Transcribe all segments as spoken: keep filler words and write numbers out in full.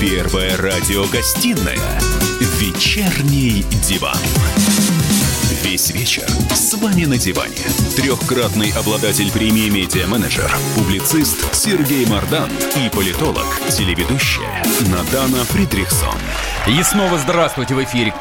Первая радиогостинная «Вечерний диван». Весь вечер с вами на диване. Трехкратный обладатель премии «Медиа-менеджер», публицист Сергей Мардан и политолог, телеведущая Надана Фридрихсон. И снова здравствуйте в эфире.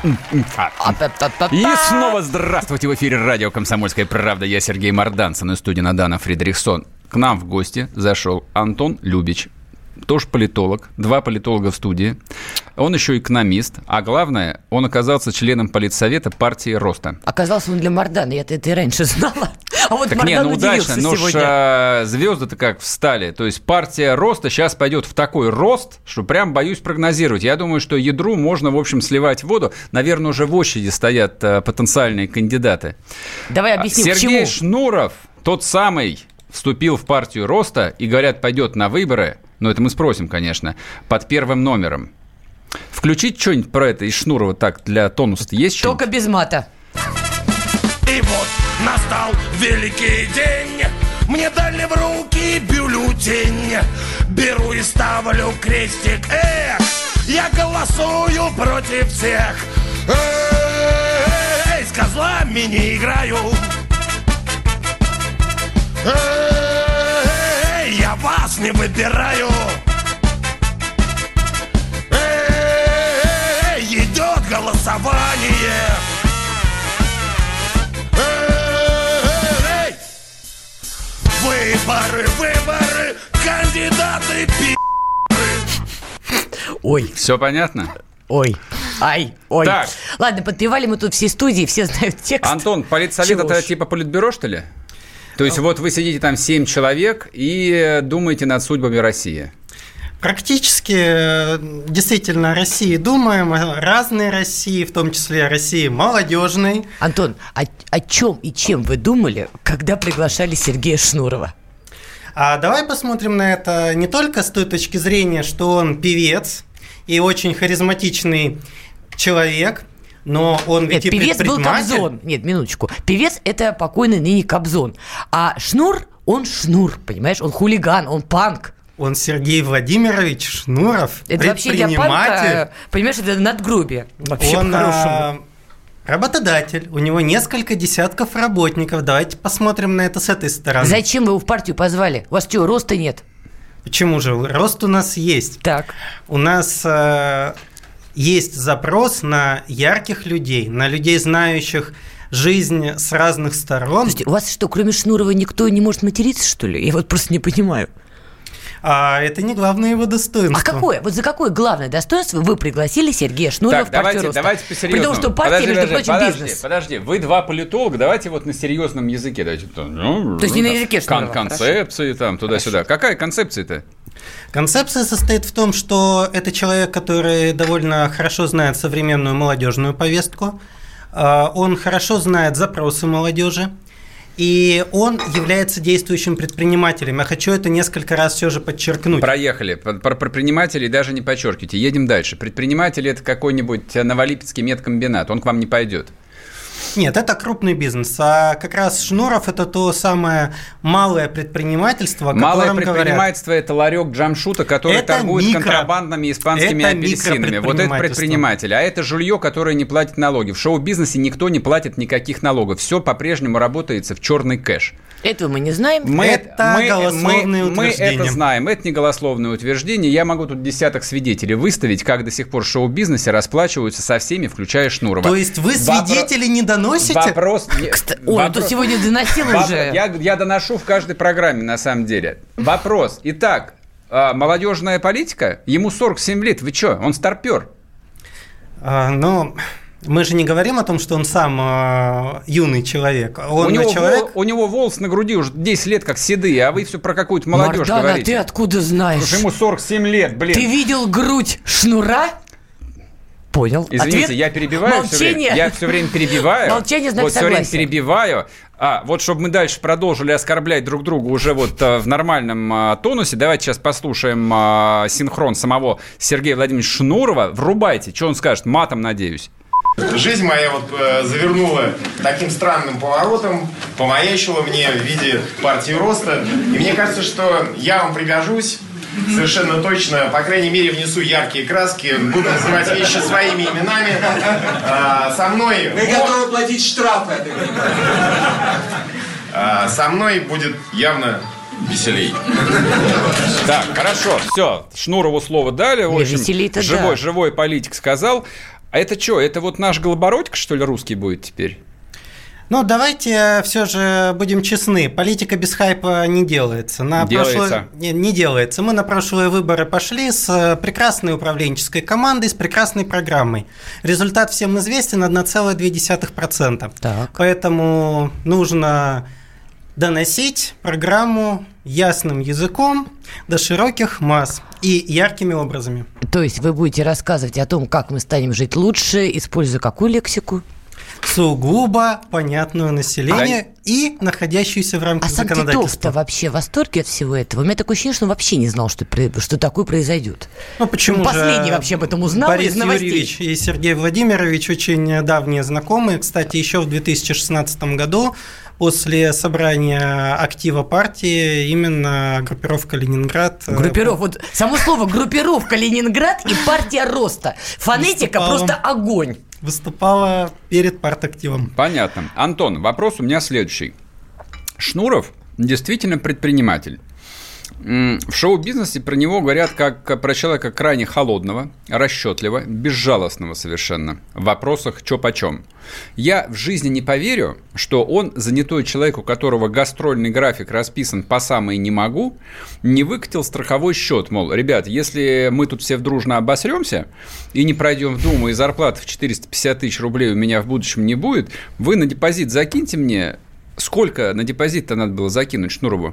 И снова здравствуйте в эфире радио «Комсомольская правда». Я Сергей Мардан, со мной в студии Надана Фридрихсон. К нам в гости зашел Антон Любич, тоже политолог, два политолога в студии. Он еще экономист, а главное, он оказался членом политсовета партии Роста. Оказался он для Мардана, я-то это и раньше знала. А вот так Мардан не, ну удивился удачно, но сегодня. Уж, звезды-то как встали. То есть партия Роста сейчас пойдет в такой рост, что прям боюсь прогнозировать. Я думаю, что ядру можно, в общем, сливать воду. Наверное, уже в очереди стоят потенциальные кандидаты. Давай объясним, Сергей к чему. Шнуров, тот самый, вступил в партию Роста и, говорят, пойдет на выборы. Ну, это мы спросим, конечно, под первым номером. Включить что-нибудь про это из Шнурова так для тонуса есть что-нибудь? Только без мата. И вот настал великий день. Мне дали в руки бюллетень. Беру и ставлю крестик. Эх, я голосую против всех. Эй, с козлами не играю. Эй, я вас не выбираю. Эй, идет голосование. Эй, выборы, выборы, кандидаты пи***ры. Ой, Все понятно? ой, ай, ой. Так. Ладно, подпевали мы тут все студии, все знают текст. Антон, политсовет Чего это ж. типа политбюро, что ли? То есть вот вы сидите там семь человек и думаете над судьбами России. Практически, действительно, о России думаем, о разной России, в том числе о России молодежной. Антон, о, о чем и чем вы думали, когда приглашали Сергея Шнурова? А давай посмотрим на это не только с той точки зрения, что он певец и очень харизматичный человек, но он ведь Нет, и певец был предприниматель. Кобзон. Нет, минуточку. Певец – это покойный ныне Кобзон. А Шнур, он Шнур, понимаешь? Он хулиган, он панк. Он Сергей Владимирович Шнуров, Это вообще для панка, понимаешь, это надгробие. Вообще Он по-хорошему. а, работодатель, у него несколько десятков работников. Давайте посмотрим на это с этой стороны. Зачем вы его в партию позвали? У вас что, роста нет? Почему же? Рост у нас есть. Так. У нас э, есть запрос на ярких людей, на людей, знающих жизнь с разных сторон. Слушайте, у вас что, кроме Шнурова никто не может материться, что ли? Я вот просто не понимаю. А это не главное его достоинство. А какое? Вот за какое главное достоинство вы пригласили Сергея Шнурова Так, в партию давайте, Роста? давайте по-серьезному. При том, что партия, подожди, между подожди, прочим, подожди, бизнес. Подожди, вы два политолога, давайте вот на серьезном языке. Давайте, ну, То есть не на языке кон- Шнурова, концепции там, туда-сюда. Какая концепция-то? Концепция состоит в том, что это человек, который довольно хорошо знает современную молодежную повестку, он хорошо знает запросы молодежи, и он является действующим предпринимателем. Я хочу это несколько раз все же подчеркнуть. Проехали. Про предпринимателей даже не подчеркивайте. Едем дальше. Предприниматель – это какой-нибудь Новолипецкий медкомбинат. Он к вам не пойдет. Нет, это крупный бизнес. А как раз Шнуров – это то самое малое предпринимательство, о Малое котором говорят. предпринимательство – это ларек Джамшута, который Это торгует микро. контрабандными испанскими Это апельсинами. Вот это микропредпринимательство. предприниматель. А это жулье, которое не платит налоги. В шоу-бизнесе никто не платит никаких налогов. Все по-прежнему работается в черный кэш. Этого мы не знаем. Мы, Это мы, голословные мы, мы утверждения. это знаем, это не голословное утверждение. Я могу тут десяток свидетелей выставить, как до сих пор в шоу-бизнесе расплачиваются со всеми, включая Шнурова. То есть вы Вопро- свидетелей не доносите? Вопрос... Кста- Ой, он тут вопрос- сегодня доносил Вопрос- уже. Я, я доношу в каждой программе, на самом деле. Вопрос. Итак, а, молодежная политика, ему сорок семь лет, вы что, он старпер? А, ну, мы же не говорим о том, что он сам а, юный человек. Он У него, человек... вол- у него волосы на груди уже десять лет как седые, а вы все про какую-то молодежь Мардана, говорите. ты откуда знаешь? Слушай, ему сорок семь лет, блин. Ты видел грудь Шнура? Понял. Извините, Ответ? я перебиваю все время. Молчание. Я все время перебиваю. Молчание, знак вот все время согласия. перебиваю. А вот чтобы мы дальше продолжили оскорблять друг друга уже вот а, в нормальном а, тонусе, давайте сейчас послушаем а, синхрон самого Сергея Владимировича Шнурова. Врубайте, что он скажет, матом, надеюсь. Жизнь моя вот э, завернула таким странным поворотом, помаячила мне в виде партии Роста. И мне кажется, что я вам пригожусь. Совершенно точно. По крайней мере, внесу яркие краски. Буду называть вещи своими именами. А, со мной... Мы готовы платить штрафы. А, со мной будет явно веселей. Так, хорошо, все. Шнурову слово дали. В общем, веселей-то живой, да. живой политик сказал. А это что, это вот наш Голобородько, что ли, русский будет теперь? Ну, давайте все же будем честны. Политика без хайпа не делается. На Делается. прошлое... не, не делается. Мы на прошлые выборы пошли с прекрасной управленческой командой, с прекрасной программой. Результат всем известен – одна целая две десятых процента. Так. Поэтому нужно доносить программу ясным языком до широких масс и яркими образами. То есть вы будете рассказывать о том, как мы станем жить лучше, используя какую лексику? Сугубо понятную населению да. и находящуюся в рамках а сам законодательства. Титов-то вообще в восторге от всего этого? У меня такое ощущение, что он вообще не знал, что, что такое произойдет. Ну, почему он же последний вообще об этом узнал Борис из новостей. Юрьевич и Сергей Владимирович очень давние знакомые. Кстати, еще в две тысячи шестнадцатом году после собрания актива партии именно группировка «Ленинград». Группировка, вот само слово «группировка Ленинград» и партия роста. Фонетика выступала, просто огонь. Выступала перед партактивом. Понятно. Антон, вопрос у меня следующий. Шнуров действительно предприниматель. В шоу-бизнесе про него говорят как про человека крайне холодного, расчетливого, безжалостного совершенно в вопросах чё почем. Я в жизни не поверю, что он, занятой человек, у которого гастрольный график расписан по самое не могу, не выкатил страховой счет, мол, ребят, если мы тут все дружно обосремся и не пройдем в Думу, и зарплата в четыреста пятьдесят тысяч рублей у меня в будущем не будет, вы на депозит закиньте мне. Сколько на депозит-то надо было закинуть Шнурову?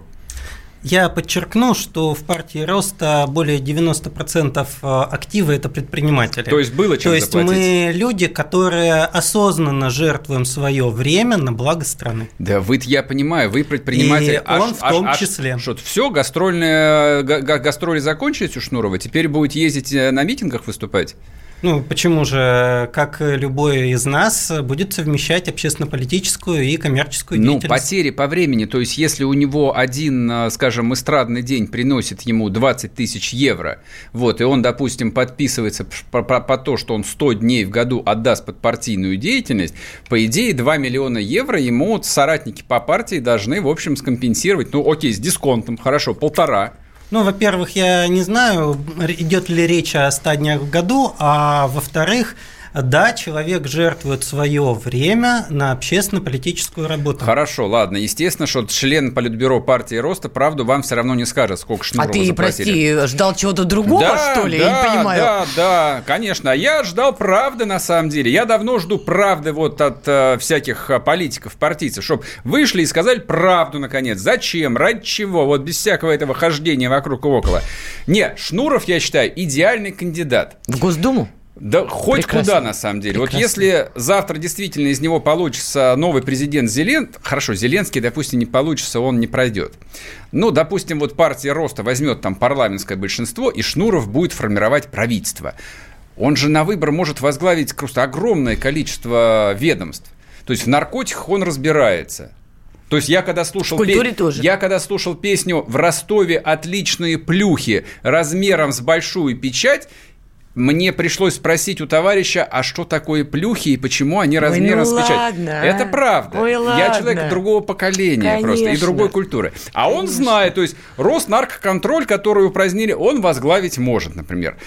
Я подчеркну, что в партии роста более девяносто процентов актива – это предприниматели. То есть было чем То есть заплатить? Мы люди, которые осознанно жертвуем свое время на благо страны. Да вы, я понимаю, вы предприниматель. И он в том числе. Что, все, гастрольные, га- гастроли закончились у Шнурова? Теперь будете ездить на митингах выступать? Ну, почему же, как любой из нас, будет совмещать общественно-политическую и коммерческую ну, деятельность? Ну, потери по времени, то есть если у него один, скажем, эстрадный день приносит ему двадцать тысяч евро, вот, и он, допустим, подписывается по, по, по то, что он сто дней в году отдаст под партийную деятельность, по идее, два миллиона евро ему соратники по партии должны, в общем, скомпенсировать, ну, окей, с дисконтом, хорошо, полтора. Ну, во-первых, я не знаю, идет ли речь о ста днях в году, а во-вторых, да, человек жертвует свое время на общественно-политическую работу. Хорошо, ладно. Естественно, что член Политбюро партии Роста правду вам все равно не скажет, сколько Шнурову заплатили. А ты, заплатили. прости, ждал чего-то другого, да, что ли? Да, я не понимаю. Да, да, конечно. Я ждал правды, на самом деле. Я давно жду правды вот от э, всяких политиков, партийцев, чтобы вышли и сказали правду, наконец. Зачем? Ради чего? Вот без всякого этого хождения вокруг и около. Нет, Шнуров, я считаю, идеальный кандидат. В Госдуму? Да хоть Прекрасно. Куда, на самом деле. Прекрасно. Вот если завтра действительно из него получится новый президент Зеленский, хорошо, Зеленский, допустим, не получится, он не пройдет. Ну, допустим, вот партия Роста возьмет там парламентское большинство, и Шнуров будет формировать правительство. Он же на выбор может возглавить просто огромное количество ведомств. То есть в наркотиках он разбирается. То есть я когда слушал, в культуре пе... тоже. я когда слушал песню «В Ростове отличные плюхи размером с большую печать», мне пришлось спросить у товарища, а что такое плюхи и почему они размером Ой, ну с печать. ладно, Это правда. Ой, Я ладно. человек другого поколения. Конечно. Просто и другой культуры. А Конечно. он знает, то есть Роснаркоконтроль, который упразднили, он возглавить может, например.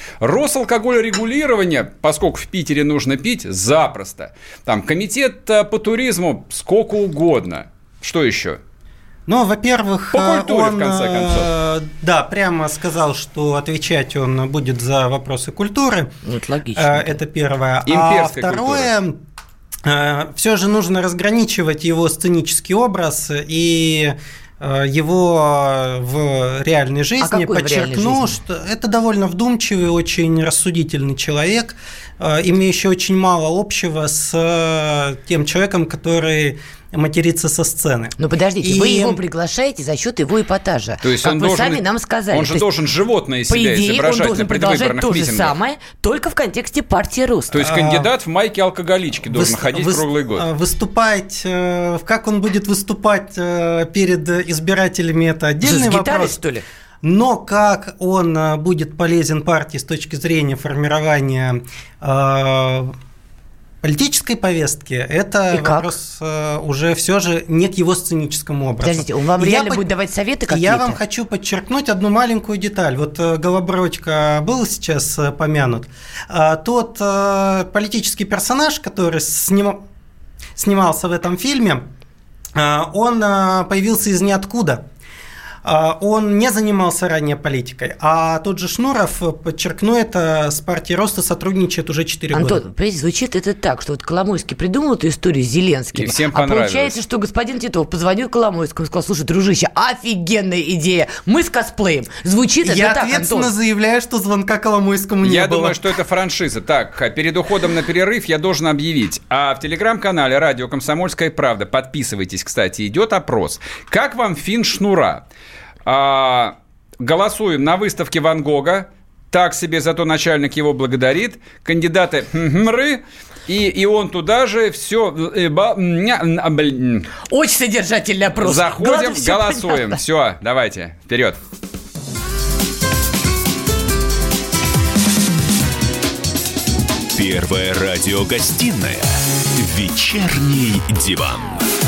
Росалкогольрегулирование, поскольку в Питере нужно пить, запросто. Там комитет по туризму сколько угодно. Что еще? Ну, во-первых, По культуре, он, в конце концов. Да, прямо сказал, что отвечать он будет за вопросы культуры. Ну, это логично. Это первое. Имперская а второе, все же нужно разграничивать его сценический образ и его в реальной жизни. А какой в Подчеркну, реальной жизни? что это довольно вдумчивый, очень рассудительный человек, имеющий очень мало общего с тем человеком, который материться со сцены. Ну, подождите, И- вы его приглашаете за счет его эпатажа. То есть как он вы должен, сами нам сказали. Он же То есть, должен животное из по себя идее, он изображать должен на продолжать предвыборных то же митингах. самое, только в контексте партии Роста. То есть кандидат в майке алкоголички должен Выс- ходить выс- круглый год. Выступать, э, как он будет выступать э, перед избирателями, это отдельный С гитарой, вопрос. что ли? Но как он будет полезен партии с точки зрения формирования э, политической повестки, это И вопрос как? уже все же не к его сценическому образу. Подождите, он вам я реально по... будет давать советы какие-то? Я вам хочу подчеркнуть одну маленькую деталь. Вот Голобородько был сейчас помянут. Тот политический персонаж, который сним... снимался в этом фильме, он появился из ниоткуда. Он не занимался ранее политикой, а тот же Шнуров, подчеркну это, с партией Роста сотрудничает уже четыре года. Антон, понимаете, звучит это так, что вот Коломойский придумал эту историю с Зеленским, и всем а получается, что господин Титов позвонил Коломойскому и сказал: слушай, дружище, офигенная идея, мы с косплеем. Звучит это Я так, ответственно Антон. заявляю, что звонка Коломойскому не я было. Я думаю, что это франшиза. Так, перед уходом на перерыв я должен объявить. А в телеграм-канале «Радио Комсомольская правда», подписывайтесь, кстати, идет опрос. Как вам фильм «Шнура»? А, голосуем на выставке Ван Гога. Так себе, зато начальник его благодарит. Кандидаты мры. И, и он туда же все. Очень содержательный опрос. Заходим, голосуем. Все, давайте, вперед. Первая радиогостинная «Вечерний диван».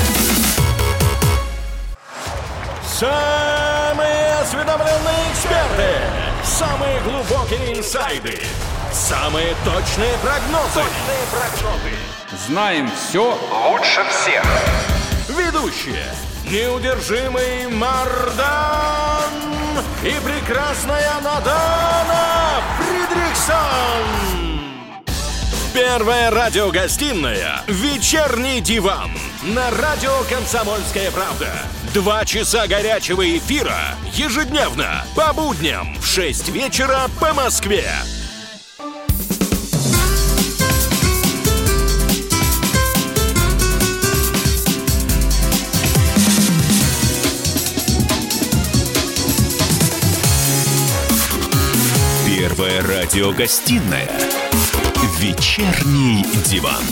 Самые осведомленные эксперты, самые глубокие инсайды, самые точные прогнозы. Точные прогнозы. Знаем все лучше всех. Ведущие: неудержимый Мардан и прекрасная Надана Фридрихсон. Первая радиогостинная «Вечерний диван» на радио «Комсомольская правда». Два часа горячего эфира ежедневно по будням в шесть вечера по Москве. Первая радиогостинная «Вечерний диван».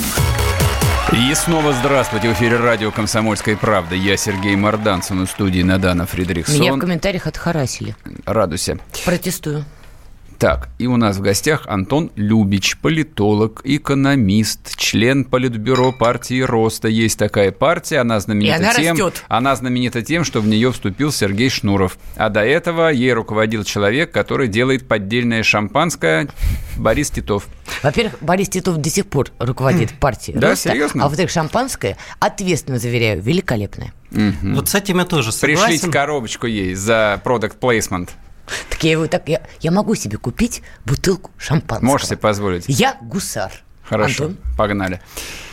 И снова здравствуйте. В эфире радио «Комсомольская правда». Я Сергей Марданцев, в студии Надана Фридрихсон. Меня в комментариях отхарасили. Радуйся. Протестую. Так, и у нас в гостях Антон Любич, политолог, экономист, член Политбюро партии Роста. Есть такая партия, она знаменита, и она тем, растет. она знаменита тем, что в нее вступил Сергей Шнуров. А до этого ей руководил человек, который делает поддельное шампанское, Борис Титов. Во-первых, Борис Титов до сих пор руководит партией Да, Роста. серьезно? А во-вторых, шампанское, ответственно заверяю, великолепное. Угу. Вот с этим я тоже согласен. Пришлите коробочку ей за product placement. Так я его так, я, я могу себе купить бутылку шампанского. Можешь себе позволить. Я гусар. Хорошо, Антон? Погнали.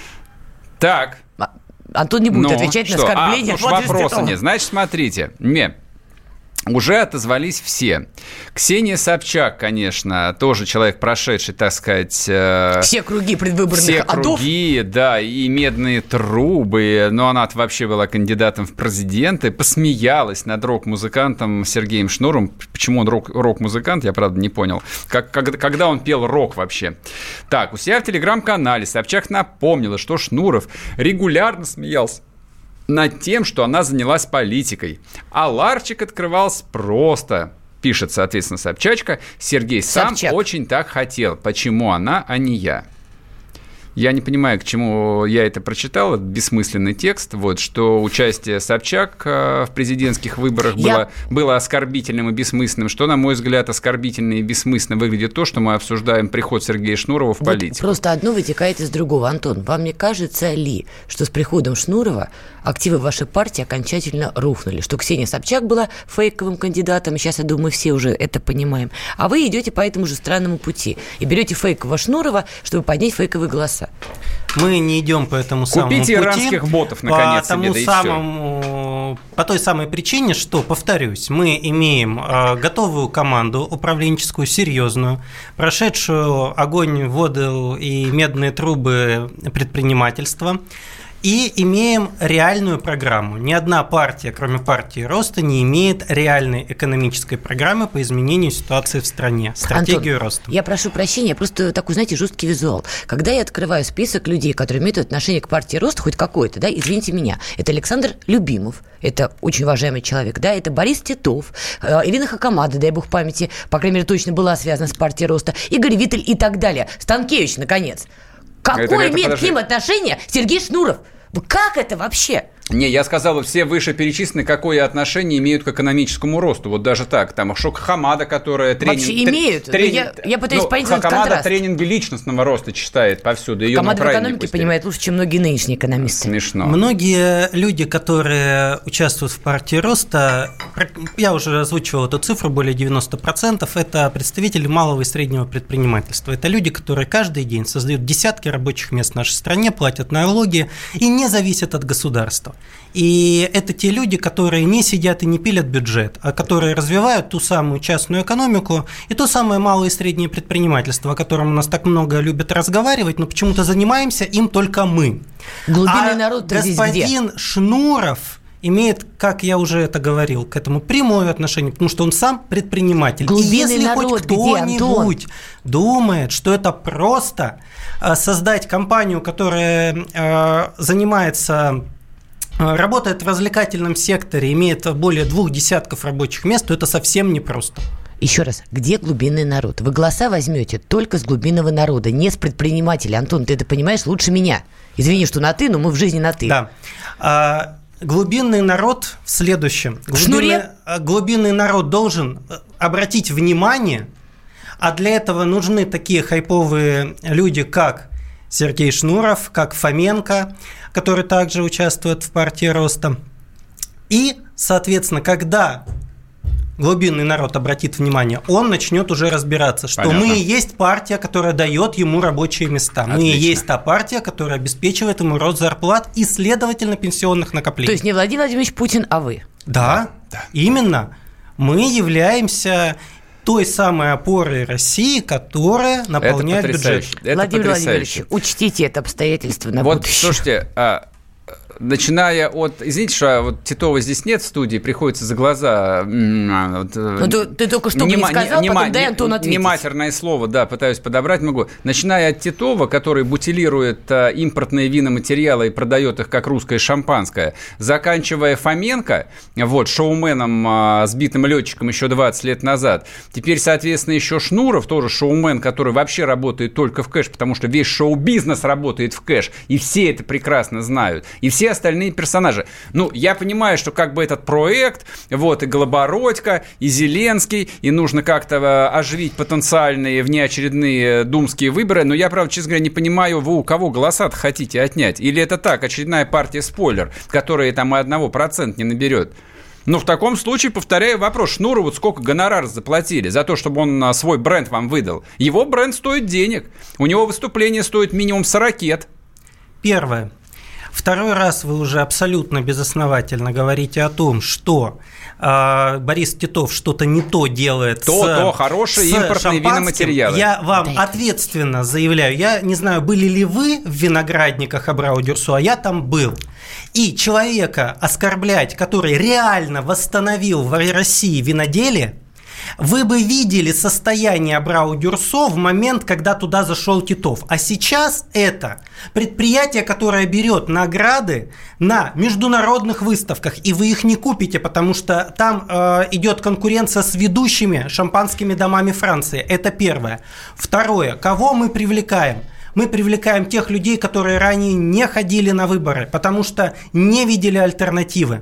Так. А, Антон не будет ну, отвечать что? на оскорбления. А, вопроса нет. Значит, смотрите. Не. Уже отозвались все. Ксения Собчак, конечно, тоже человек, прошедший, так сказать... Э, все круги предвыборных все адов. круги, да, и медные трубы. Но она вообще была кандидатом в президенты. Посмеялась над рок-музыкантом Сергеем Шнуром. Почему он рок- рок-музыкант, я, правда, не понял. Как, как, когда он пел рок вообще. Так, у себя в телеграм-канале Собчак напомнила, что Шнуров регулярно смеялся над тем, что она занялась политикой. А ларчик открывался просто. Пишет, соответственно, Собчачка. Сергей сам Собчак. очень так хотел. Почему она, а не я? Я не понимаю, к чему я это прочитал, это бессмысленный текст, вот, что участие Собчак в президентских выборах я... было, было оскорбительным и бессмысленным, что, на мой взгляд, оскорбительно и бессмысленно выглядит то, что мы обсуждаем приход Сергея Шнурова в вот политику. Просто одно вытекает из другого. Антон, вам не кажется ли, что с приходом Шнурова активы вашей партии окончательно рухнули, что Ксения Собчак была фейковым кандидатом, и сейчас, я думаю, все уже это понимаем, а вы идете по этому же странному пути и берете фейкового Шнурова, чтобы поднять фейковые голоса. Мы не идем по этому самому пути. Купите иранских ботов, наконец, по тому себе, да и самому, по той самой причине, что, повторюсь, мы имеем э, готовую команду управленческую, серьезную, прошедшую огонь, воду и медные трубы предпринимательства. И имеем реальную программу. Ни одна партия, кроме партии роста, не имеет реальной экономической программы по изменению ситуации в стране. Стратегию Антон, роста. Я прошу прощения, просто такой, знаете, жесткий визуал. Когда я открываю список людей, которые имеют отношение к партии роста, хоть какой-то, да, извините меня, это Александр Любимов, это очень уважаемый человек, да, это Борис Титов, Ирина Хакамада, дай бог памяти, по крайней мере, точно была связана с партией роста, Игорь Виттель и так далее. Станкевич, наконец. Какое это, это, имеет подожди. к ним отношение Сергей Шнуров? Как это вообще? Не, я сказал, все вышеперечисленные какое отношение имеют к экономическому росту. Вот даже так. Там Шок Хамада, которая тренинг... Вообще имеют. Тренинг, я, я пытаюсь ну, понять этот Хамада контраст. тренинги личностного роста читает повсюду. Ее Хамада в экономике пустили. понимает лучше, чем многие нынешние экономисты. Смешно. Многие люди, которые участвуют в партии роста, я уже озвучивал эту цифру, более девяносто процентов, это представители малого и среднего предпринимательства. Это люди, которые каждый день создают десятки рабочих мест в нашей стране, платят налоги и не зависят от государства. И это те люди, которые не сидят и не пилят бюджет, а которые развивают ту самую частную экономику и то самое малое и среднее предпринимательство, о котором у нас так много любят разговаривать, но почему-то занимаемся им только мы. Глубинный а народ-то здесь где? Господин Шнуров имеет, как я уже это говорил, к этому прямое отношение, потому что он сам предприниматель. Глубинный и если народ хоть кто-нибудь где, думает, что это просто создать компанию, которая занимается... работает в развлекательном секторе, имеет более двух десятков рабочих мест, то это совсем непросто. Еще раз, где глубинный народ? Вы голоса возьмете только с глубинного народа, не с предпринимателей. Антон, ты это понимаешь лучше меня. Извини, что на «ты», но мы в жизни на «ты». Да. А, глубинный народ в следующем. Глубинный, глубинный народ должен обратить внимание, а для этого нужны такие хайповые люди, как Сергей Шнуров, как Фоменко, который также участвует в партии роста. И, соответственно, когда глубинный народ обратит внимание, он начнет уже разбираться, что Понятно. мы и есть партия, которая дает ему рабочие места. Отлично. Мы и есть та партия, которая обеспечивает ему рост зарплат и, следовательно, пенсионных накоплений. То есть не Владимир Владимирович Путин, а вы? Да, да. Именно. Мы являемся... той самой опорой России, которая наполняет это бюджет. Это Владимир потрясающе. Владимирович, учтите это обстоятельство на вот, будущее. Слушайте, а, начиная от... Извините, что вот Титова здесь нет в студии, приходится за глаза... Вот, ну, ты, ты только что не, не сказал, не, потом не, дай Антону ответить. Не матерное слово, да, пытаюсь подобрать могу. Начиная от Титова, который бутилирует а, импортные виноматериалы и продает их как русское шампанское, заканчивая Фоменко, вот, шоуменом, а, сбитым летчиком еще двадцать лет назад. Теперь, соответственно, еще Шнуров, тоже шоумен, который вообще работает только в кэш, потому что весь шоу-бизнес работает в кэш, и все это прекрасно знают. И все остальные персонажи. Ну, я понимаю, что как бы этот проект, вот, и Голобородько, и Зеленский, и нужно как-то оживить потенциальные внеочередные думские выборы, но я, правда, честно говоря, не понимаю, вы у кого голоса-то хотите отнять? Или это так, очередная партия-спойлер, которая там и одного процента не наберет? Ну, в таком случае, повторяю вопрос, Шнуру вот сколько гонорар заплатили за то, чтобы он свой бренд вам выдал? Его бренд стоит денег. У него выступление стоит минимум сорокет. Первое. Второй раз вы уже абсолютно безосновательно говорите о том, что э, Борис Титов что-то не то делает то, с то, хорошие импортные виноматериалы. Я вам да. ответственно заявляю, я не знаю, были ли вы в виноградниках Абрау-Дюрсо, а я там был. И человека оскорблять, который реально восстановил в России виноделие, вы бы видели состояние Абрау-Дюрсо в момент, когда туда зашел Титов. А сейчас это предприятие, которое берет награды на международных выставках, и вы их не купите, потому что там э, идет конкуренция с ведущими шампанскими домами Франции. Это первое. Второе. Кого мы привлекаем? Мы привлекаем тех людей, которые ранее не ходили на выборы, потому что не видели альтернативы.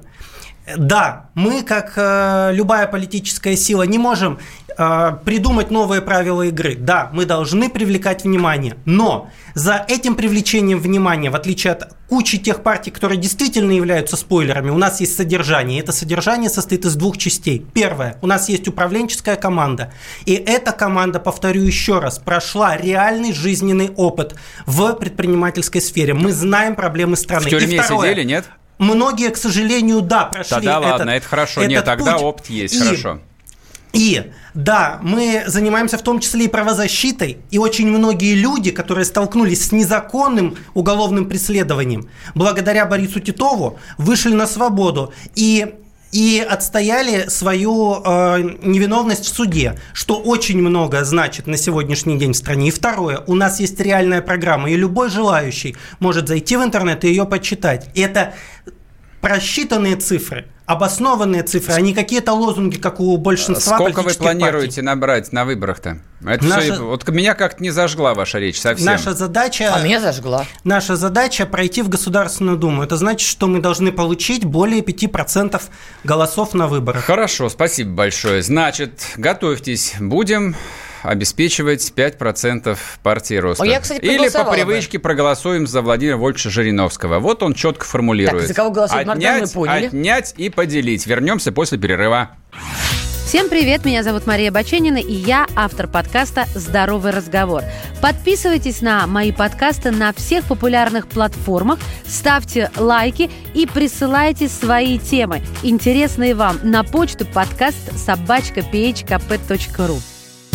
Да, мы, как э, любая политическая сила, не можем э, придумать новые правила игры. Да, мы должны привлекать внимание, но за этим привлечением внимания, в отличие от кучи тех партий, которые действительно являются спойлерами, у нас есть содержание. И это содержание состоит из двух частей. Первое, у нас есть управленческая команда. И эта команда, повторю еще раз, прошла реальный жизненный опыт в предпринимательской сфере. Мы знаем проблемы страны. В тюрьме И второе, сидели, нет? Многие, к сожалению, да, прошли. Тогда этот, ладно, это хорошо. Нет, тогда путь. опыт есть, И хорошо. И да, мы занимаемся в том числе и правозащитой, и очень многие люди, которые столкнулись с незаконным уголовным преследованием, благодаря Борису Титову вышли на свободу и, и отстояли свою э, невиновность в суде, что очень много значит на сегодняшний день в стране. И второе, у нас есть реальная программа, и любой желающий может зайти в интернет и ее почитать. И это просчитанные цифры, обоснованные цифры, а не какие-то лозунги, как у большинства политических партий. Сколько вы планируете партий. набрать на выборах-то? Это Наша... все... Вот меня как-то не зажгла ваша речь совсем. Наша задача... А меня зажгла. Наша задача пройти в Государственную Думу. Это значит, что мы должны получить более пяти процентов голосов на выборах. Хорошо, спасибо большое. Значит, готовьтесь, будем обеспечивать пять процентов партии роста. А я, кстати, Или по привычке бы. проголосуем за Владимира Вольфовича Жириновского. Вот он четко формулирует. Так, за кого голосует Мардан, мы поняли. Отнять и поделить. Вернемся после перерыва. Всем привет, меня зовут Мария Баченина, и я автор подкаста «Здоровый разговор». Подписывайтесь на мои подкасты на всех популярных платформах, ставьте лайки и присылайте свои темы, интересные вам, на почту подкаст собачка пи эйч ка пэ точка ру.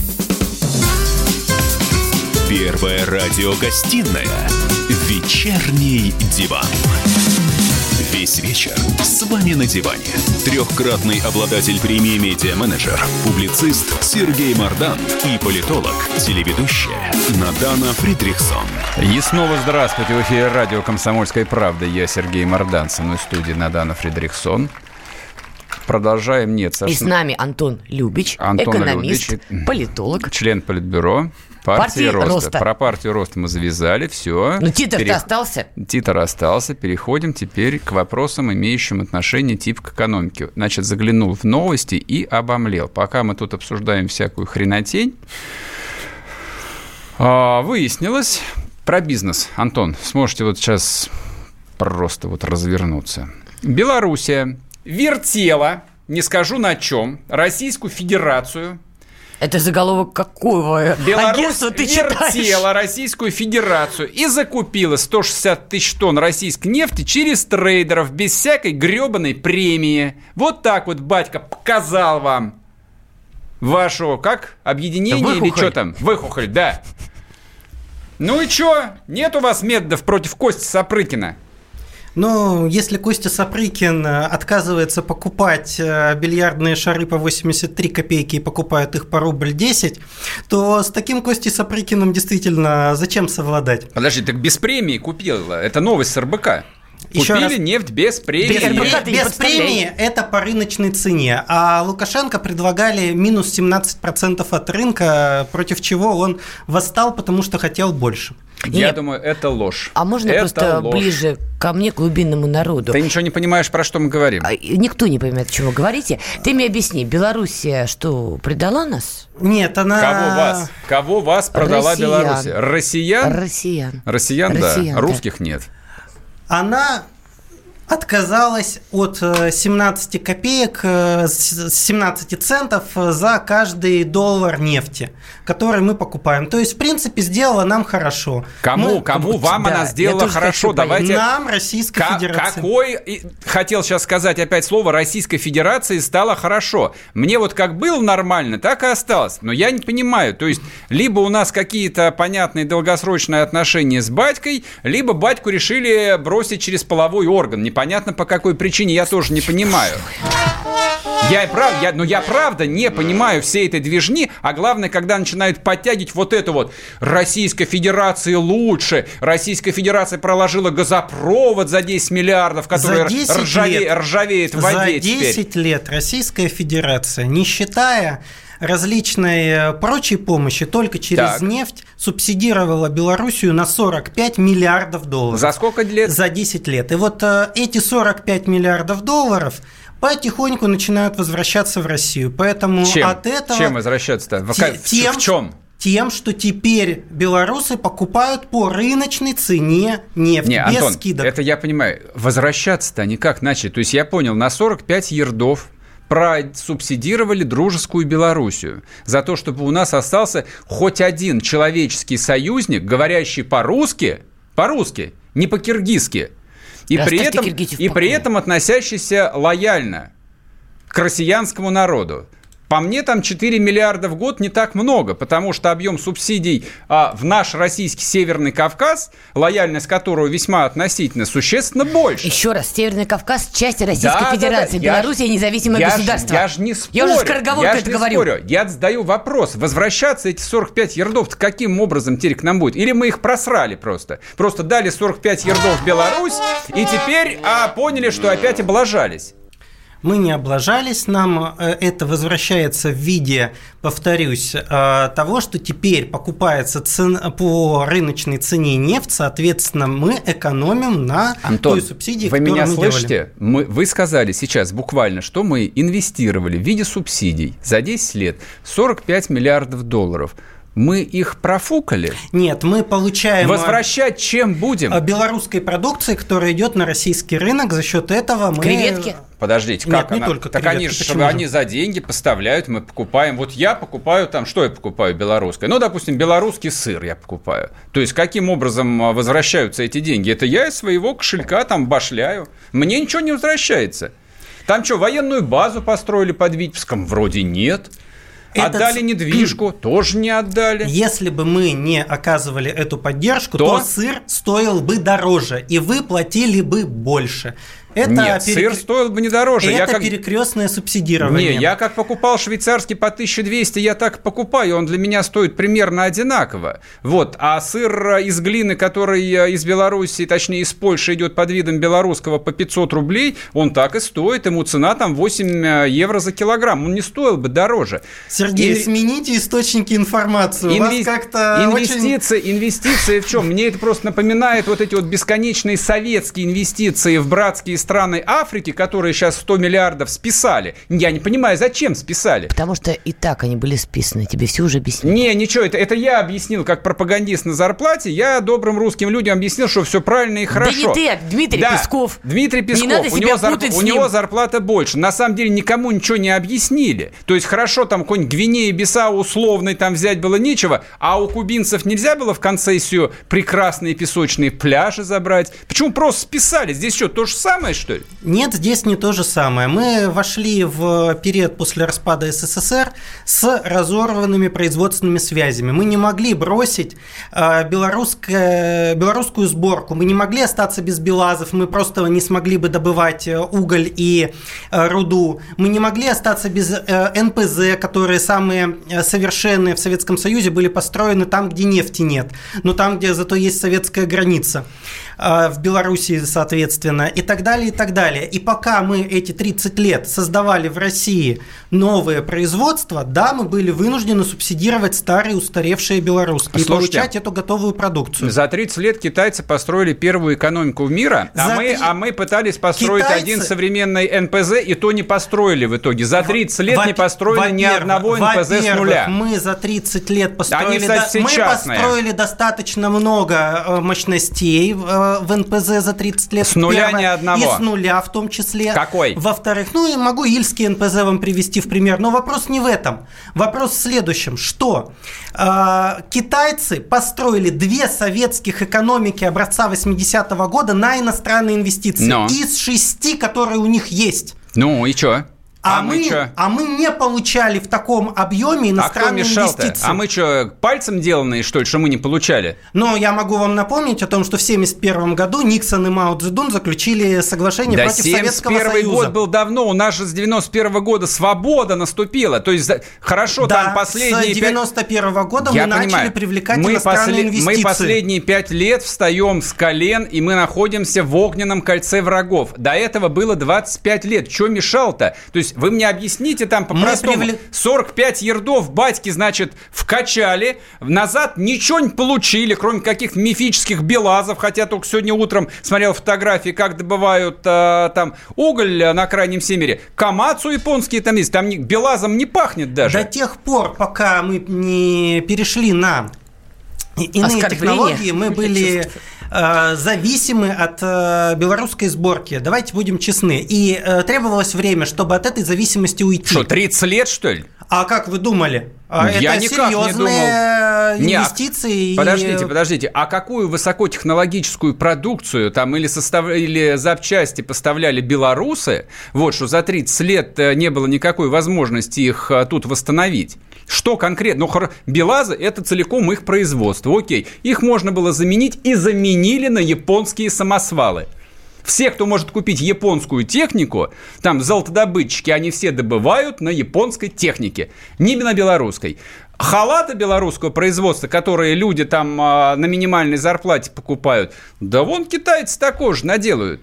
Первая радиогостинная «Вечерний диван». Весь вечер с вами на диване. Трехкратный обладатель премии «Медиа-менеджер», публицист Сергей Мардан и политолог, телеведущая Надана Фридрихсон. И снова здравствуйте. В эфире радио «Комсомольская правда». Я Сергей Мардан, со мной в студии Надана Фридрихсон. Продолжаем. Нет, Саша. И с нами Антон Любич, Антон экономист, Любич, политолог. Член Политбюро. Партии, Партии роста. роста. Про партию роста мы завязали, все. Ну, титр-то Пере... остался. Титр остался. Переходим теперь к вопросам, имеющим отношение типа к экономике. Значит, заглянул в новости и обомлел. Пока мы тут обсуждаем всякую хренотень, выяснилось про бизнес. Антон, сможете вот сейчас просто вот развернуться. Белоруссия вертела, не скажу на чем, Российскую Федерацию. Это заголовок какого агентства ты читаешь? Вертела Российскую Федерацию и закупила сто шестьдесят тысяч тонн российской нефти через трейдеров без всякой гребаной премии. Вот так вот батька показал вам вашу, как, объединение Выхухоль. или что там? Выхухоль, да. Ну и что? Нет у вас методов против Кости Сапрыкина? Но если Костя Сапрыкин отказывается покупать бильярдные шары по восемьдесят три копейки и покупает их по рубль десять, то с таким Костей Сапрыкиным действительно зачем совладать? Подожди, так без премии купила. Это новость с эр бэ ка. Еще Купили раз. нефть без премии. Без, РБК ты не без подставляй. премии это по рыночной цене, а Лукашенко предлагали минус семнадцать процентов от рынка, против чего он восстал, потому что хотел больше. Я Нет. думаю, это ложь. А можно это просто ложь. ближе ко мне, к глубинному народу? Ты ничего не понимаешь, про что мы говорим. А, Никто не понимает, о чем вы говорите. Ты мне объясни, Белоруссия что, предала нас? Нет, она... Кого вас? Кого вас продала Россиян. Беларусь? Россиян? Россиян. Россиян, Россиян, да. да. Русских нет. Она отказалась от семнадцати копеек, семнадцати центов за каждый доллар нефти, который мы покупаем. То есть, в принципе, сделала нам хорошо. Кому, Мы- кому вам да, она я сделала тоже хорошо? хочу понять. Давайте... Нам, Российской Ка- Федерации. Какой, и- хотел сейчас сказать опять слово, Российской Федерации стало хорошо. Мне вот как было нормально, так и осталось. Но я не понимаю, то есть, либо у нас какие-то понятные долгосрочные отношения с батькой, либо батьку решили бросить через половой орган. Непонятно по какой причине, я тоже не понимаю. Я, прав, я, но я правда не понимаю всей этой движни, а главное, когда начинают подтягивать вот это вот Российской Федерации лучше, Российская Федерация проложила газопровод за десять миллиардов, который За десять ржаве, лет, ржавеет в воде За десять теперь. лет Российская Федерация, не считая различной прочей помощи, только через Так. нефть субсидировала Белоруссию на сорок пять миллиардов долларов. За сколько лет? За десять лет. И вот э, эти сорок пять миллиардов долларов потихоньку начинают возвращаться в Россию. Поэтому Чем? от этого... Чем возвращаться-то? В, Те- в- тем, в чем? Тем, что теперь белорусы покупают по рыночной цене нефть, Не, без Антон, скидок. это я понимаю. Возвращаться-то они как начали? То есть я понял, на сорок пять ярдов просубсидировали дружескую Белоруссию за то, чтобы у нас остался хоть один человеческий союзник, говорящий по-русски, по-русски, не по-киргизски, и, при Оставьте этом, киргизов в и при покое. этом относящийся лояльно к россиянскому народу. По мне, там четыре миллиарда в год не так много, потому что объем субсидий а, в наш российский Северный Кавказ, лояльность которого весьма относительно, существенно больше. Еще раз, Северный Кавказ – часть Российской да, Федерации, да, да. Белоруссия – независимое я государство. Ж, я же не спорю. Я уже скороговоркой это не говорю. Спорю. Я задаю вопрос. Возвращаться эти сорок пять ярдов каким образом теперь к нам будет? Или мы их просрали просто? Просто дали сорок пять ярдов в Беларусь и теперь а, поняли, что опять облажались. Мы не облажались, нам это возвращается в виде, повторюсь, того, что теперь покупается цена, по рыночной цене нефть, соответственно, мы экономим на Антон, той субсидии, вы которую меня мы слышите? Мы, вы сказали сейчас буквально, что мы инвестировали в виде субсидий за десять лет сорок пять миллиардов долларов. Мы их профукали? Нет, мы получаем... Возвращать чем будем? Белорусской продукции, которая идет на российский рынок, за счет этого мы... Креветки? Подождите, Нет, как не она? только так креветки, они, же, почему они же? за деньги поставляют, мы покупаем. Вот я покупаю там, что я покупаю белорусское? Ну, допустим, белорусский сыр я покупаю. То есть, каким образом возвращаются эти деньги? Это я из своего кошелька там башляю. Мне ничего не возвращается. Там что, военную базу построили под Витебском? Вроде нет. Этот... Отдали недвижку, тоже не отдали. Если бы мы не оказывали эту поддержку, то, то сыр стоил бы дороже, и вы платили бы больше. Это Нет, перек... сыр стоил бы не дороже. Это я как... перекрестное субсидирование. Не, я как покупал швейцарский по тысяча двести, я так покупаю, он для меня стоит примерно одинаково. Вот. А сыр из глины, который из Беларуси, точнее из Польши идет под видом белорусского по пятьсот рублей, он так и стоит, ему цена там восемь евро за килограмм, он не стоил бы дороже. Сергей, И... смените источники информации, у Инвес... вас как-то инвестиции, очень... инвестиции в чем? Мне это просто напоминает вот эти вот бесконечные советские инвестиции в братские страны Африки, которые сейчас сто миллиардов списали. Я не понимаю, зачем списали? Потому что и так они были списаны. Тебе все уже объяснили. Не, ничего, это, это я объяснил как пропагандист на зарплате. Я добрым русским людям объяснил, что все правильно и хорошо. Да не ты, а Дмитрий да, Песков. Дмитрий Песков. Не надо у себя него, зарп... путать с у ним. него зарплата больше. На самом деле никому ничего не объяснили. То есть хорошо, там какой-нибудь Гвинея-Бисау условный там взять было нечего, а у кубинцев нельзя было в концессию прекрасные песочные пляжи забрать. Почему просто списали? Здесь что, то же самое, что ли? Нет, здесь не то же самое. Мы вошли в период после распада СССР с разорванными производственными связями. Мы не могли бросить э, белорусское, белорусскую сборку, мы не могли остаться без БелАЗов, мы просто не смогли бы добывать уголь и э, руду, мы не могли остаться без э, эн пэ зэ, которые самые совершенные в Советском Союзе были построены там, где нефти нет, но там, где зато есть советская граница, э, в Белоруссии, соответственно, и так далее, и так далее. И пока мы эти тридцать лет создавали в России новые производства, да, мы были вынуждены субсидировать старые устаревшие белорусские и получать эту готовую продукцию. За тридцать лет китайцы построили первую экономику мира, а мы, три... а мы пытались построить китайцы... один современный эн пэ зэ, и то не построили в итоге. За тридцать лет во... не построили ни одного эн пэ зэ с нуля. Мы за тридцать лет построили, Они, кстати, до... мы частные. построили достаточно много мощностей в эн пэ зэ за тридцать лет. С нуля Первое. ни одного. И с нуля в том числе. Какой? Во-вторых, ну и могу Ильский эн пэ зэ вам привести в пример, но вопрос не в этом. Вопрос в следующем, что э, китайцы построили две советских экономики образца восьмидесятого года на иностранные инвестиции. Но. Из шести, которые у них есть. Ну и что? А, а, мы, мы а мы не получали в таком объеме иностранные а кто мешал-то? инвестиции. А мы что, пальцем деланные, что ли, что мы не получали? Но я могу вам напомнить о том, что в семьдесят первом году Никсон и Мао Цзэдун заключили соглашение да против Советского Союза. семьдесят первый год был давно, у нас же с девяносто первого года свобода наступила. То есть, хорошо, да, там последние... с девяносто первого года я мы понимаю. начали привлекать мы иностранные после... инвестиции. Мы последние пять лет встаем с колен, и мы находимся в огненном кольце врагов. До этого было двадцать пять лет. Что мешал-то? То есть, вы мне объясните, там по-простому привлек... сорок пять ярдов батьки, значит, вкачали, назад ничего не получили, кроме каких-то мифических БелАЗов, хотя только сегодня утром смотрел фотографии, как добывают а, там уголь на Крайнем Севере. Камацу японские там есть, там не, БелАЗом не пахнет даже. До тех пор, пока мы не перешли на иные технологии, мы были э, зависимы от э, белорусской сборки. Давайте будем честны. И э, требовалось время, чтобы от этой зависимости уйти. Что, тридцать лет, что ли? А как вы думали? Я это никак серьезные не думал. инвестиции. Не, подождите, подождите. А какую высокотехнологическую продукцию там или, состав... или запчасти поставляли белорусы, вот что за тридцать лет не было никакой возможности их тут восстановить? Что конкретно? Ну, БелАЗы – это целиком их производство. Окей, их можно было заменить и заменили на японские самосвалы. Все, кто может купить японскую технику, там золотодобытчики, они все добывают на японской технике, не на белорусской. Халаты белорусского производства, которые люди там на минимальной зарплате покупают, да вон китайцы такого же наделают.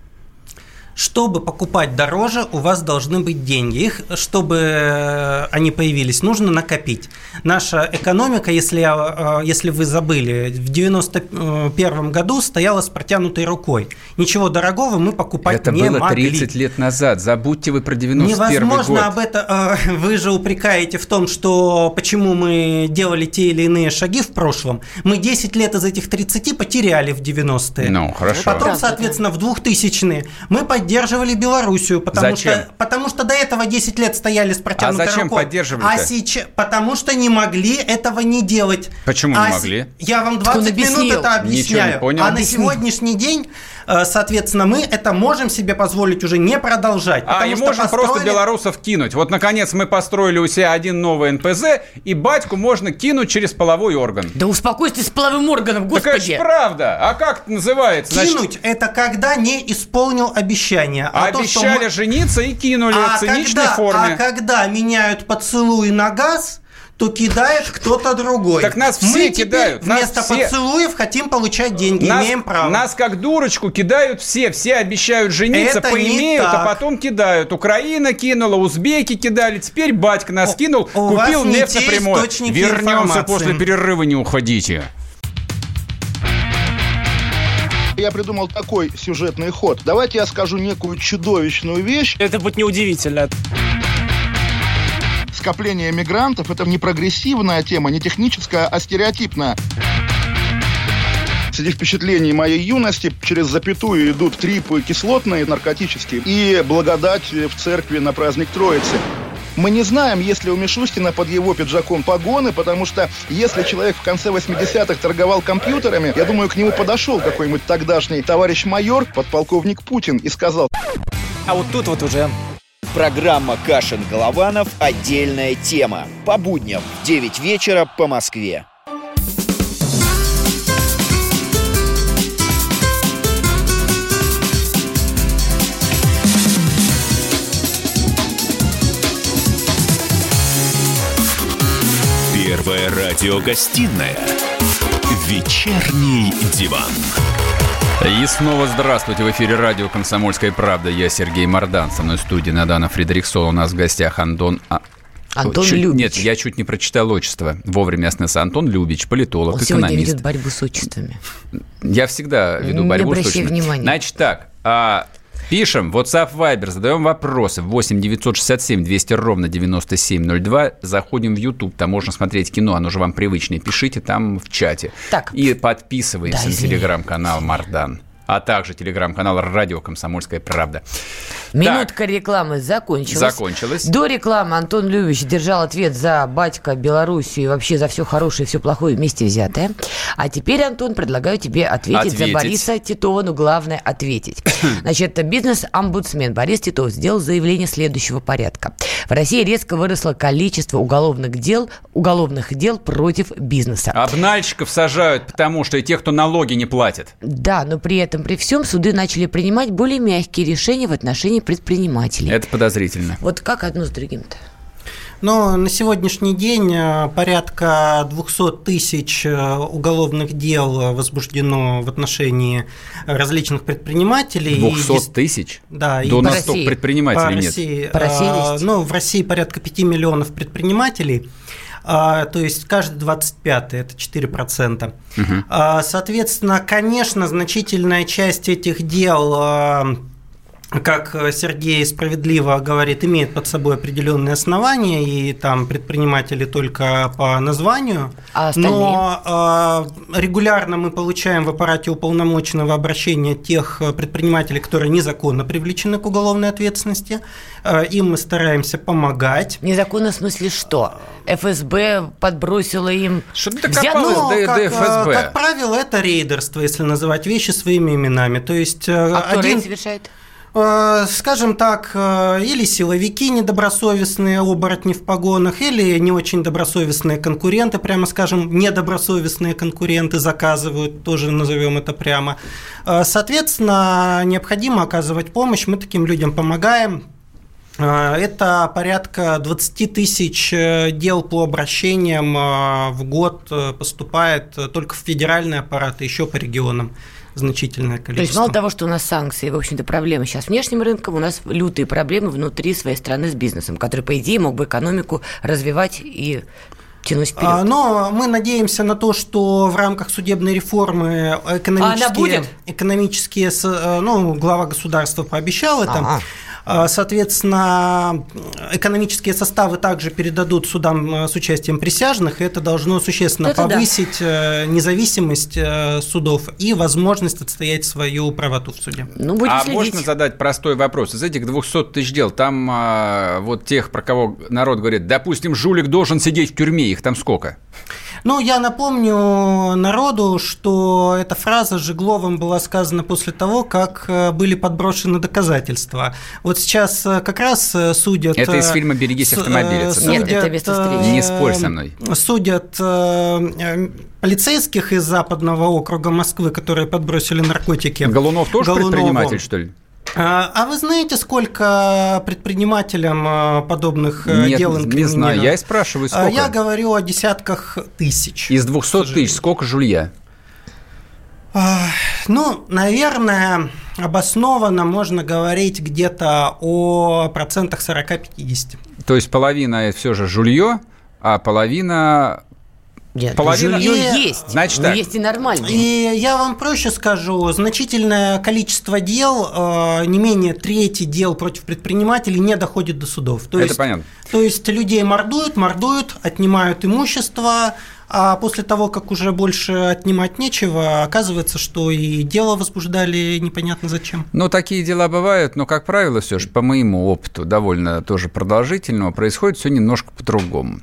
Чтобы покупать дороже, у вас должны быть деньги. Их, чтобы они появились, нужно накопить. Наша экономика, если, если вы забыли, в девяносто первом году стояла с протянутой рукой. Ничего дорогого мы покупать Это не могли. Это было тридцать лет назад. Забудьте вы про девяносто первый год. Невозможно об этом. Вы же упрекаете в том, что почему мы делали те или иные шаги в прошлом. Мы десять лет из этих тридцати потеряли в девяностые. Ну, хорошо. Потом, соответственно, в двухтысячные мы поддерживали Поддерживали Белоруссию, потому что, потому что до этого десять лет стояли с протянутой рукой. А зачем рукой. поддерживали-то? А сейчас, потому что не могли этого не делать. Почему а не могли? Я вам двадцать минут это объясняю. Ничего не понял. А на сегодняшний день, соответственно, мы это можем себе позволить уже не продолжать. А, и можем построили... просто белорусов кинуть. Вот, наконец, мы построили у себя один новый эн пэ зэ, и батьку можно кинуть через половой орган. Да успокойтесь с половым органом, господи. Так это ж правда. А как это называется? Кинуть – это когда не исполнил обещание. А, а то, обещали мы... жениться и кинули а в циничной когда, форме. А когда меняют поцелуй на газ, то кидает кто-то другой. Так нас все мы кидают. Нас вместо все... поцелуев хотим получать деньги, нас, имеем право. Нас как дурочку кидают все. Все обещают жениться, это поимеют, а потом кидают. Украина кинула, узбеки кидали, теперь батька нас О, кинул, купил нефть напрямую. Вернемся информации. После перерыва, не уходите. Я придумал такой сюжетный ход. Давайте я скажу некую чудовищную вещь. Это будет неудивительно. Скопление мигрантов – это не прогрессивная тема, не техническая, а стереотипная. Среди впечатлений моей юности через запятую идут трипы кислотные, наркотические, и благодать в церкви на праздник Троицы. Мы не знаем, есть ли у Мишустина под его пиджаком погоны, потому что если человек в конце восьмидесятых торговал компьютерами, я думаю, к нему подошел какой-нибудь тогдашний товарищ майор, подполковник Путин, и сказал: а вот тут вот уже... Программа «Кашин-Голованов. Отдельная тема». По будням в девять вечера по Москве. Первая радиогостинная «Вечерний диван». И снова здравствуйте. В эфире радио «Комсомольская правда». Я Сергей Мордан. Со мной в студии Надана Фридрихсон. У нас в гостях Антон... А... Антон чуть... Любич. Нет, я чуть не прочитал отчество. Вовремя остановился. Антон Любич, политолог, Он экономист. сегодня ведет борьбу с отчествами. Я всегда веду не борьбу с отчествами. Не обращай внимания. Значит так... А... Пишем, WhatsApp, Viber, задаем вопросы. восемь девятьсот шестьдесят семь двести ровно девяносто семь ноль два. Заходим в YouTube, там можно смотреть кино, оно же вам привычное. Пишите там в чате. Так. И подписываемся да, на телеграм-канал Мардан. А также телеграм-канал «Радио Комсомольская правда». Минутка так. рекламы закончилась. Закончилась. До рекламы Антон Любич держал ответ за батька, Белоруссию и вообще за все хорошее и все плохое вместе взятое. А теперь, Антон, предлагаю тебе ответить, ответить. за Бориса Титова. Ну, главное, ответить. Значит, бизнес-омбудсмен Борис Титов сделал заявление следующего порядка. В России резко выросло количество уголовных дел, уголовных дел против бизнеса. Обнальщиков сажают, потому что и тех, кто налоги не платит. Да, но при этом, при всем, суды начали принимать более мягкие решения в отношении предпринимателей. Это подозрительно. Вот как одно с другим-то? Но на сегодняшний день порядка двести тысяч уголовных дел возбуждено в отношении различных предпринимателей. двести тысяч? Да. Да у нас столько предпринимателей по нет. России, по России есть? Ну, в России порядка пяти миллионов предпринимателей. То есть каждый двадцать пятый, это четыре процента. Угу. Соответственно, конечно, значительная часть этих дел как Сергей справедливо говорит, имеет под собой определенные основания, и там предприниматели только по названию. А остальные? Но э, регулярно мы получаем в аппарате уполномоченного обращения тех предпринимателей, которые незаконно привлечены к уголовной ответственности. Э, им мы стараемся помогать. Незаконно в смысле что? эф эс бэ подбросило им... Что-то взятку? докопалось до, как, до эф эс бэ. Как правило, это рейдерство, если называть вещи своими именами. То есть, а кто один... рейд совершает? Скажем так, или силовики недобросовестные, оборотни в погонах, или не очень добросовестные конкуренты, прямо скажем, недобросовестные конкуренты заказывают, тоже назовем это прямо. Соответственно, необходимо оказывать помощь, мы таким людям помогаем. Это порядка двадцать тысяч дел по обращениям в год поступает только в федеральный аппарат и еще по регионам. Значительное количество. То есть мало того, что у нас санкции, в общем-то, проблемы сейчас с внешним рынком, у нас лютые проблемы внутри своей страны с бизнесом, который, по идее, мог бы экономику развивать и тянуть вперед. Но мы надеемся на то, что в рамках судебной реформы экономические, а экономические ну, глава государства пообещал это. Ага. Соответственно, экономические составы также передадут судам с участием присяжных, и это должно существенно это повысить да. независимость судов и возможность отстоять свою правоту в суде. Ну, будем а следить. Можно задать простой вопрос? Из этих двухсот тысяч дел, там а, вот тех, про кого народ говорит, допустим, жулик должен сидеть в тюрьме, их там сколько? Ну, я напомню народу, что эта фраза Жигловым была сказана после того, как были подброшены доказательства. Вот сейчас как раз судят... Это из фильма «Берегись автомобиля». Нет, это место встречи. Не спорь со мной. Судят полицейских из Западного округа Москвы, которые подбросили наркотики. Голунов тоже Голунову. Предприниматель, что ли? А вы знаете, сколько предпринимателям подобных Нет, дел инкриминировано? Не знаю, я и спрашиваю, сколько? Я говорю о десятках тысяч. Из двухсот тысяч сколько жулья? Ну, наверное, обоснованно можно говорить где-то о процентах сорок-пятьдесят. То есть половина – все же жулье, а половина… Нет, половина жулье и... есть, Значит, но так. есть и нормальные. И я вам проще скажу, значительное количество дел, не менее трети дел против предпринимателей не доходит до судов. То Это есть, понятно. То есть людей мордуют, мордуют, отнимают имущество, а после того, как уже больше отнимать нечего, оказывается, что и дело возбуждали непонятно зачем. Ну, такие дела бывают, но, как правило, все же, по моему опыту, довольно тоже продолжительного, происходит все немножко по-другому.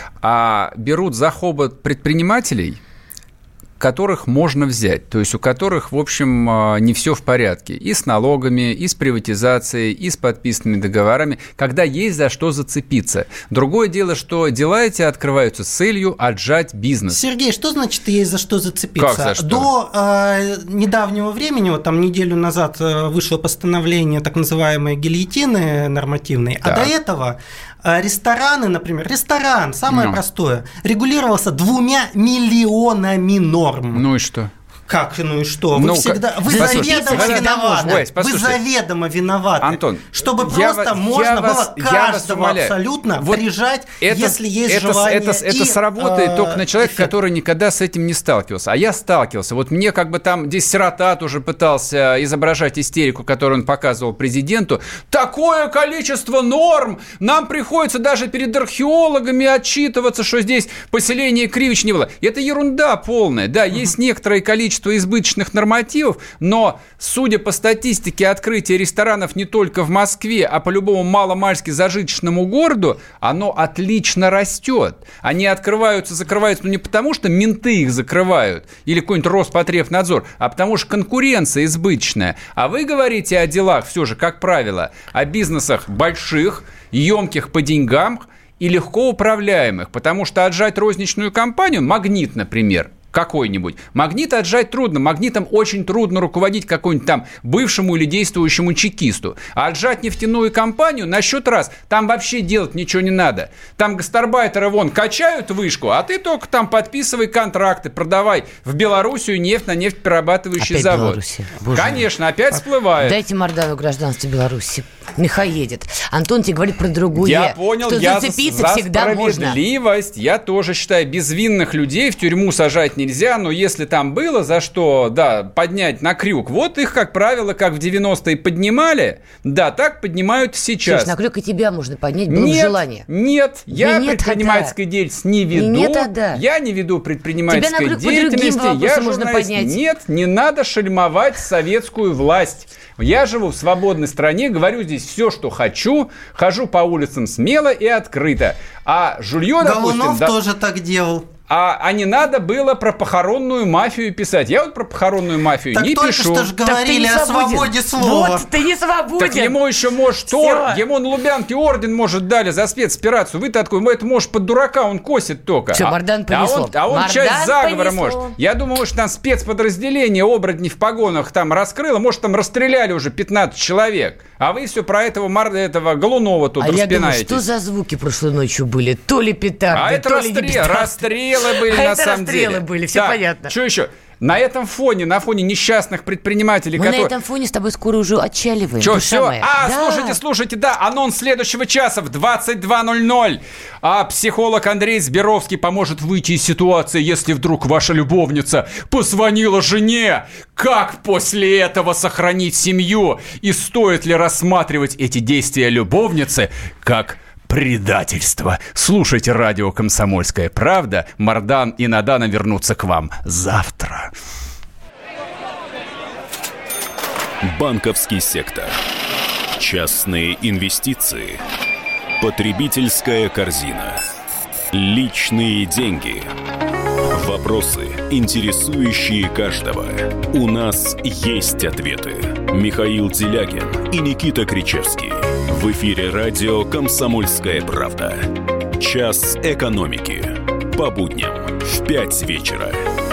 А берут за хобот предпринимателей, которых можно взять, то есть у которых, в общем, не все в порядке и с налогами, и с приватизацией, и с подписанными договорами, когда есть за что зацепиться. Другое дело, что дела эти открываются с целью отжать бизнес. Сергей, что значит есть за что зацепиться? Как за что? До э, недавнего времени, вот там неделю назад вышло постановление так называемой гильотины нормативной, так. а до этого рестораны, например, ресторан, самое ну. простое, регулировался двумя миллионами норм. Ну и что? Как, ну и что? Вы ну, всегда, вы послушайте, заведомо виноваты. Ой, вы заведомо виноваты. Антон, чтобы я просто вас, можно вас, было каждого абсолютно вот прижать, это, если есть это, желание. Это, это, и, это сработает э, только на человека, эффект. который никогда с этим не сталкивался. А я сталкивался. Вот мне как бы там диссертат уже пытался изображать истерику, которую он показывал президенту. Такое количество норм! Нам приходится даже перед археологами отчитываться, что здесь поселение Кривич не было. Это ерунда полная. Да, есть некоторое количество избыточных нормативов, но, судя по статистике открытия ресторанов не только в Москве, а по любому маломальски зажиточному городу, оно отлично растет. Они открываются, закрываются, ну, не потому, что менты их закрывают или какой-нибудь Роспотребнадзор, а потому что конкуренция избыточная. А вы говорите о делах, все же, как правило, о бизнесах больших, емких по деньгам и легко управляемых, потому что отжать розничную компанию, «Магнит», например, какой-нибудь. Магнит отжать трудно. Магнитом очень трудно руководить какому-нибудь там бывшему или действующему чекисту. А отжать нефтяную компанию на счет раз. Там вообще делать ничего не надо. Там гастарбайтеры вон качают вышку, а ты только там подписывай контракты, продавай в Белоруссию нефть на нефтеперерабатывающий опять завод. Белоруссия. Боже Конечно, опять всплывает. Дайте Мардану гражданство Беларуси. Мехаедет. Антон тебе говорит про другое. Я понял, что я зацепиться за всегда можно. справедливость. Я тоже считаю, безвинных людей в тюрьму сажать нельзя, но если там было за что, да, поднять на крюк, вот их, как правило, как в девяностые поднимали, да, так поднимают сейчас. Слушай, на крюк и тебя можно поднять, было нет, желание. Нет, я нет, предпринимательской деятельности не веду. Нет, а да. Я не веду предпринимательской тебя на крюк деятельности. по другим Я можно журналист. поднять. Нет, не надо шельмовать советскую власть. Я живу в свободной стране, говорю здесь все, что хочу, хожу по улицам смело и открыто. А жулье, допустим... Голунов да, тоже так делал. А, а не надо было про похоронную мафию писать. Я вот про похоронную мафию так не только пишу. что же говорили о свободе слова. Вот, ты не свободен. Так ему еще, может, ор... ему на Лубянке орден, может, дали за спецоперацию. Вы-то откуда? Это, может, под дурака он косит только. Все, а, Мардан понесло. А он, а он Мардан часть заговора понесло. может. Я думаю, что там спецподразделение оборотней в погонах там раскрыло. Может, там расстреляли уже пятнадцать человек. А вы все про этого, Мар... этого Голунова тут а распинаетесь. Я думаю, что за звуки прошлой ночью были? То ли петарды, а то это ли расстрел... лебеда. расстрелы были а на это самом расстрелы деле. были, все так, понятно. Что еще? На этом фоне, на фоне несчастных предпринимателей, Мы которые... на этом фоне с тобой скоро уже отчаливаем. Что, душа все? моя. А, да. слушайте, слушайте, да, анонс следующего часа в двадцать два ноль ноль. А психолог Андрей Сберовский поможет выйти из ситуации, если вдруг ваша любовница позвонила жене. Как после этого сохранить семью? И стоит ли рассматривать эти действия любовницы как предательство? Слушайте радио «Комсомольская правда». Мардан и Надана вернутся к вам завтра. Банковский сектор. Частные инвестиции. Потребительская корзина. Личные деньги. Вопросы, интересующие каждого. У нас есть ответы. Михаил Делягин и Никита Кричевский. В эфире радио «Комсомольская правда». Час экономики. По будням в пять вечера.